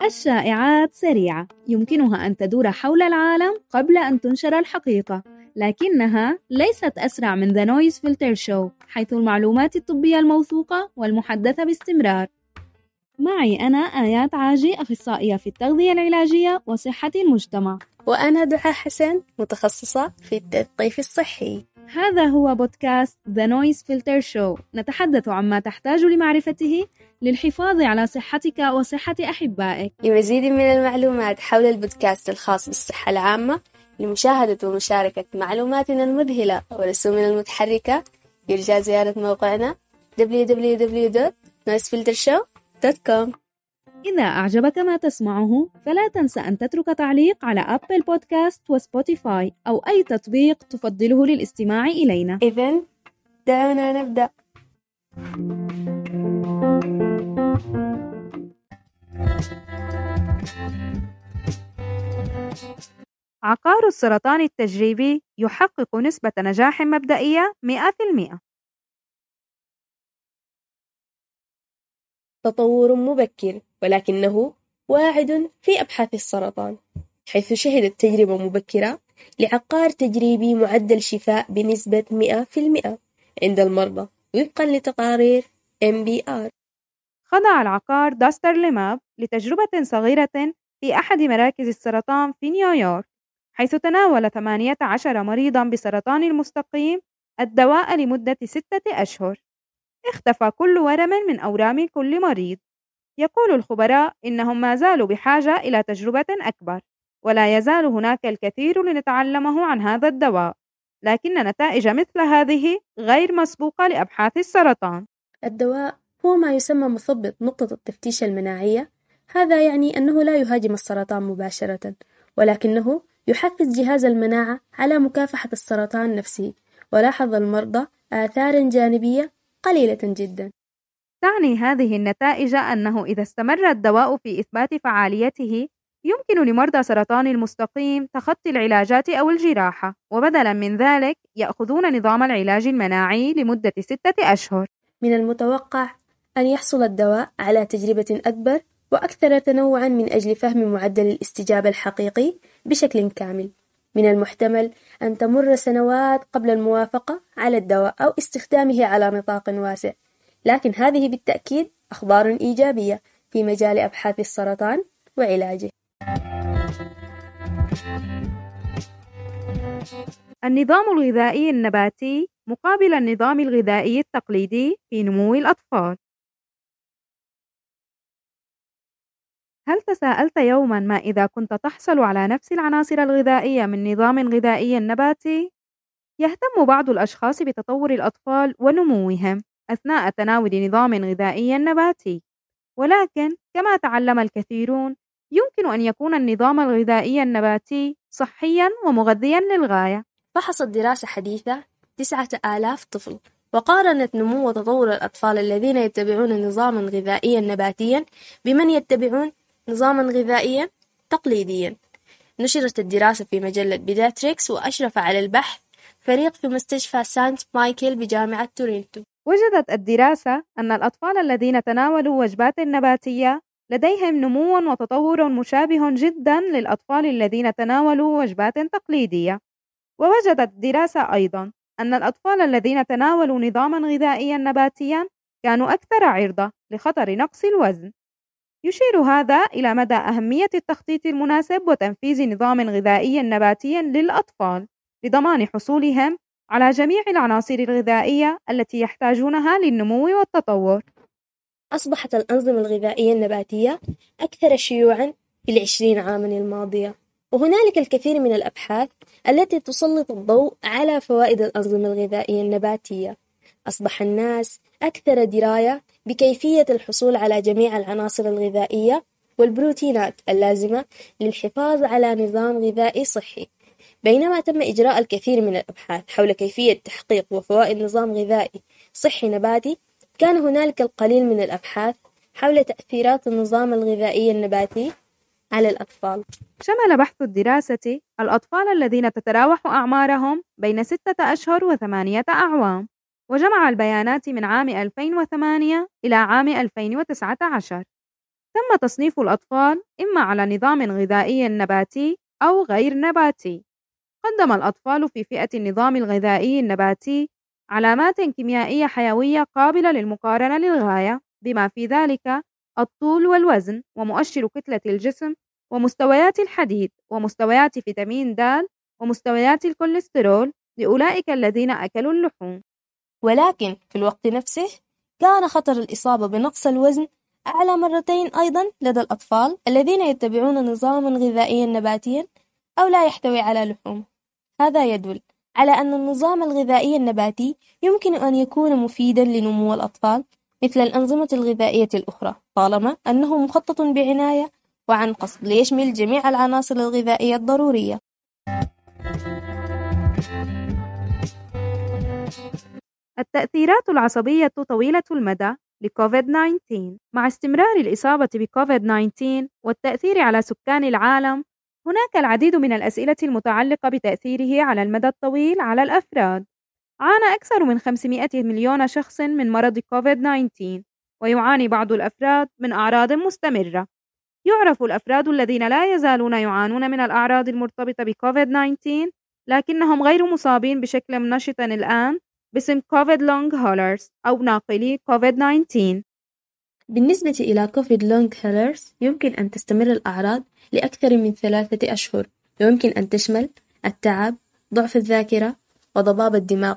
الشائعات سريعة، يمكنها أن تدور حول العالم قبل أن تنشر الحقيقة، لكنها ليست أسرع من The Noise Filter Show، حيث المعلومات الطبية الموثوقة والمحدثة باستمرار. معي أنا آيات عاجي، أخصائية في التغذية العلاجية وصحة المجتمع. وأنا دعاء حسن، متخصصة في التثقيف الصحي. هذا هو بودكاست The Noise Filter Show، نتحدث عما تحتاج لمعرفته للحفاظ على صحتك وصحة أحبائك. لمزيد من المعلومات حول البودكاست الخاص بالصحة العامة، لمشاهدة ومشاركة معلوماتنا المذهلة ورسومنا المتحركة، يرجى زيارة موقعنا www.noisefiltershow.com. إذا أعجبك ما تسمعه فلا تنسى أن تترك تعليق على أبل بودكاست وسبوتيفاي أو أي تطبيق تفضله للاستماع إلينا. إذن دعونا نبدأ. عقار السرطان التجريبي يحقق نسبة نجاح مبدئية 100%. تطور مبكر ولكنه واعد في أبحاث السرطان، حيث شهدت تجربة مبكرة لعقار تجريبي معدل شفاء بنسبة 100% عند المرضى وفقا لتقارير MBR. خضع العقار داسترليماب لتجربة صغيرة في أحد مراكز السرطان في نيويورك، حيث تناول 18 مريضاً بسرطان المستقيم الدواء لمدة 6 أشهر. اختفى كل ورم من أورام كل مريض. يقول الخبراء إنهم ما زالوا بحاجة إلى تجربة أكبر، ولا يزال هناك الكثير لنتعلمه عن هذا الدواء، لكن نتائج مثل هذه غير مسبوقة لأبحاث السرطان. الدواء هو ما يسمى مثبط نقطة التفتيش المناعية. هذا يعني أنه لا يهاجم السرطان مباشرة، ولكنه يحفز جهاز المناعة على مكافحة السرطان نفسه. ولاحظ المرضى آثار جانبية قليلة جدا. تعني هذه النتائج أنه إذا استمر الدواء في إثبات فعاليته، يمكن لمرضى سرطان المستقيم تخطي العلاجات أو الجراحة، وبدلاً من ذلك يأخذون نظام العلاج المناعي لمدة 6 أشهر. من المتوقع أن يحصل الدواء على تجربة أكبر وأكثر تنوعاً من أجل فهم معدل الاستجابة الحقيقي بشكل كامل. من المحتمل أن تمر سنوات قبل الموافقة على الدواء أو استخدامه على نطاق واسع، لكن هذه بالتأكيد أخبار إيجابية في مجال أبحاث السرطان وعلاجه. النظام الغذائي النباتي مقابل النظام الغذائي التقليدي في نمو الأطفال. هل تساءلت يوماً ما إذا كنت تحصل على نفس العناصر الغذائية من نظام غذائي نباتي؟ يهتم بعض الأشخاص بتطور الأطفال ونموهم أثناء تناول نظام غذائي نباتي، ولكن كما تعلم الكثيرون، يمكن أن يكون النظام الغذائي النباتي صحياً ومغذياً للغاية. فحصت دراسة حديثة 9000 طفل، وقارنت نمو وتطور الأطفال الذين يتبعون نظاما غذائيا نباتيا بمن يتبعون نظاما غذائيا تقليديا. نشرت الدراسة في مجلة بيدياتريكس، وأشرف على البحث فريق في مستشفى سانت مايكل بجامعة تورنتو. وجدت الدراسة أن الأطفال الذين تناولوا وجبات نباتية لديهم نمو وتطور مشابه جدا للأطفال الذين تناولوا وجبات تقليدية. ووجدت الدراسة أيضا أن الأطفال الذين تناولوا نظاما غذائيا نباتيا كانوا أكثر عرضة لخطر نقص الوزن. يشير هذا إلى مدى أهمية التخطيط المناسب وتنفيذ نظام غذائي نباتي للأطفال لضمان حصولهم على جميع العناصر الغذائية التي يحتاجونها للنمو والتطور. أصبحت الأنظمة الغذائية النباتية أكثر شيوعاً في 20 عاماً الماضية، وهنالك الكثير من الأبحاث التي تسلط الضوء على فوائد الأنظمة الغذائية النباتية. أصبح الناس أكثر دراية بكيفية الحصول على جميع العناصر الغذائية والبروتينات اللازمة للحفاظ على نظام غذائي صحي. بينما تم إجراء الكثير من الأبحاث حول كيفية تحقيق وفوائد نظام غذائي صحي نباتي، كان هنالك القليل من الأبحاث حول تأثيرات النظام الغذائي النباتي على الأطفال. شمل بحث الدراسة الأطفال الذين تتراوح أعمارهم بين 6 أشهر و8 أعوام، وجمع البيانات من عام 2008 إلى عام 2019. تم تصنيف الأطفال إما على نظام غذائي نباتي أو غير نباتي. قدم الأطفال في فئة النظام الغذائي النباتي علامات كيميائية حيوية قابلة للمقارنة للغاية، بما في ذلك الطول والوزن ومؤشر كتلة الجسم ومستويات الحديد ومستويات فيتامين د ومستويات الكوليسترول لأولئك الذين أكلوا اللحوم. ولكن في الوقت نفسه كان خطر الإصابة بنقص الوزن أعلى مرتين أيضا لدى الأطفال الذين يتبعون نظاما غذائيا نباتيا أو لا يحتوي على لحوم. هذا يدل على أن النظام الغذائي النباتي يمكن أن يكون مفيدا لنمو الأطفال مثل الأنظمة الغذائية الأخرى، طالما أنه مخطط بعناية وعن قصد ليشمل جميع العناصر الغذائية الضرورية. التأثيرات العصبية طويلة المدى لكوفيد-19. مع استمرار الإصابة بكوفيد-19 والتأثير على سكان العالم، هناك العديد من الأسئلة المتعلقة بتأثيره على المدى الطويل على الأفراد. عانى أكثر من 500 مليون شخص من مرض كوفيد-19، ويعاني بعض الأفراد من أعراض مستمرة. يعرف الأفراد الذين لا يزالون يعانون من الأعراض المرتبطة بكوفيد-19 لكنهم غير مصابين بشكل نشط الآن باسم كوفيد لونج هولرز أو ناقلي كوفيد-19. بالنسبة إلى كوفيد لونج هولرز يمكن أن تستمر الأعراض لأكثر من 3 أشهر، ويمكن أن تشمل التعب، ضعف الذاكرة، وضباب الدماغ،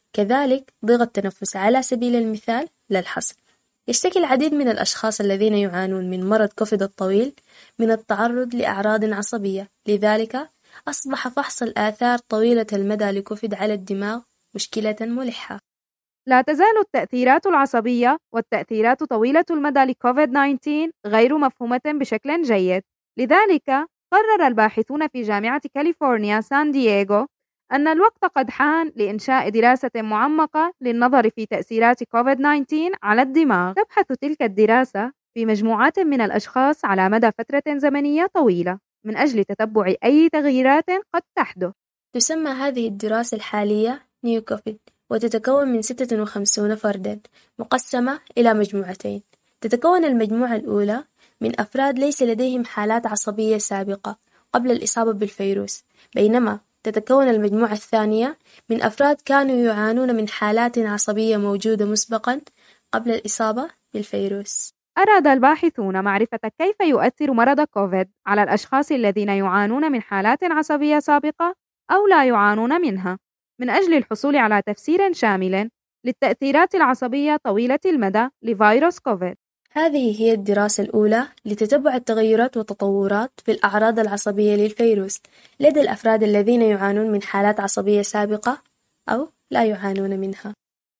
كذلك ضيق التنفس على سبيل المثال لا الحصر. يشتكي العديد من الأشخاص الذين يعانون من مرض كوفيد الطويل من التعرض لأعراض عصبية، لذلك أصبح فحص الآثار طويلة المدى لكوفيد على الدماغ مشكلة ملحة. لا تزال التأثيرات العصبية والتأثيرات طويلة المدى لكوفيد-19 غير مفهومة بشكل جيد، لذلك قرر الباحثون في جامعة كاليفورنيا سان دييغو أن الوقت قد حان لإنشاء دراسة معمقة للنظر في تأثيرات كوفيد-19 على الدماغ. تبحث تلك الدراسة في مجموعات من الأشخاص على مدى فترة زمنية طويلة من أجل تتبع أي تغييرات قد تحدث. تسمى هذه الدراسة الحالية نيو كوفيد، وتتكون من 56 فرداً مقسمة إلى مجموعتين. تتكون المجموعة الأولى من أفراد ليس لديهم حالات عصبية سابقة قبل الإصابة بالفيروس، بينما تتكون المجموعة الثانية من أفراد كانوا يعانون من حالات عصبية موجودة مسبقاً قبل الإصابة بالفيروس. أراد الباحثون معرفة كيف يؤثر مرض كوفيد على الأشخاص الذين يعانون من حالات عصبية سابقة أو لا يعانون منها، من أجل الحصول على تفسير شامل للتأثيرات العصبية طويلة المدى لفيروس كوفيد. هذه هي الدراسة الأولى لتتبع التغيرات والتطورات في الأعراض العصبية للفيروس لدى الأفراد الذين يعانون من حالات عصبية سابقة أو لا يعانون منها.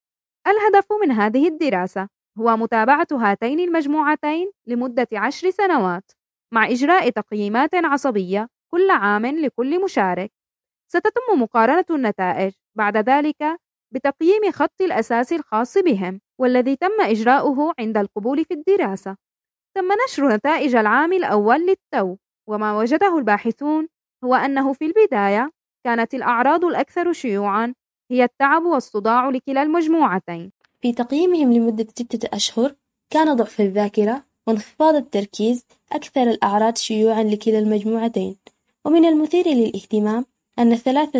الهدف من هذه الدراسة هو متابعة هاتين المجموعتين لمدة 10 سنوات مع إجراء تقييمات عصبية كل عام لكل مشارك. ستتم مقارنة النتائج بعد ذلك بتقييم خط الأساس الخاص بهم، والذي تم إجراؤه عند القبول في الدراسة. تم نشر نتائج العام الأول للتو، وما وجده الباحثون هو أنه في البداية كانت الأعراض الأكثر شيوعاً هي التعب والصداع لكلا المجموعتين. في تقييمهم لمدة 6 أشهر كان ضعف الذاكرة وانخفاض التركيز أكثر الأعراض شيوعاً لكلا المجموعتين. ومن المثير للاهتمام أن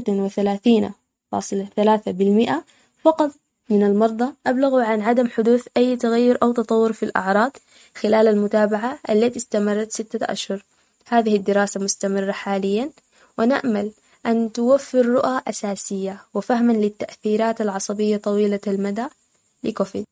33.3% فقط من المرضى أبلغوا عن عدم حدوث أي تغير أو تطور في الأعراض خلال المتابعة التي استمرت 6 أشهر. هذه الدراسة مستمرة حالياً، ونأمل أن توفر رؤى أساسية وفهماً للتأثيرات العصبية طويلة المدى لكوفيد.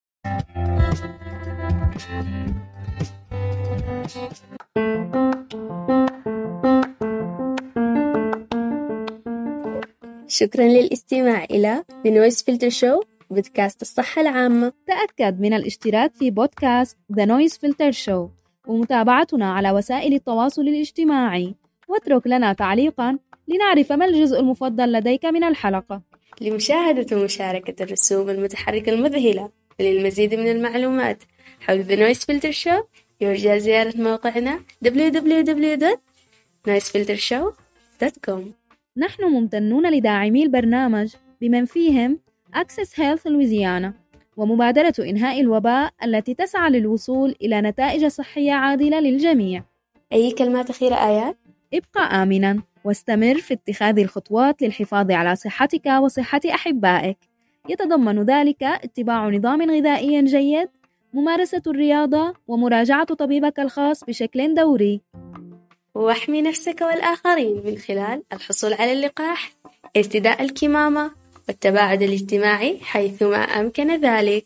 شكراً للاستماع إلى The Noise Filter Show، بودكاست الصحة العامة. تأكد من الاشتراك في بودكاست The Noise Filter Show ومتابعتنا على وسائل التواصل الاجتماعي، واترك لنا تعليقاً لنعرف ما الجزء المفضل لديك من الحلقة. لمشاهدة ومشاركة الرسوم المتحركة المذهلة وللمزيد من المعلومات حول The Noise Filter Show يرجى زيارة موقعنا www.noisefiltershow.com. نحن ممتنون لداعمي البرنامج بمن فيهم Access Health Louisiana ومبادرة إنهاء الوباء التي تسعى للوصول إلى نتائج صحية عادلة للجميع. أي كلمات أخيرة آيات؟ ابقى آمناً واستمر في اتخاذ الخطوات للحفاظ على صحتك وصحة أحبائك، يتضمن ذلك اتباع نظام غذائي جيد، ممارسة الرياضة، ومراجعة طبيبك الخاص بشكل دوري. واحمي نفسك والآخرين من خلال الحصول على اللقاح، ارتداء الكمامة، والتباعد الاجتماعي حيثما أمكن ذلك.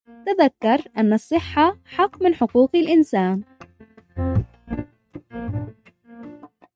تذكر أن الصحة حق من حقوق الإنسان.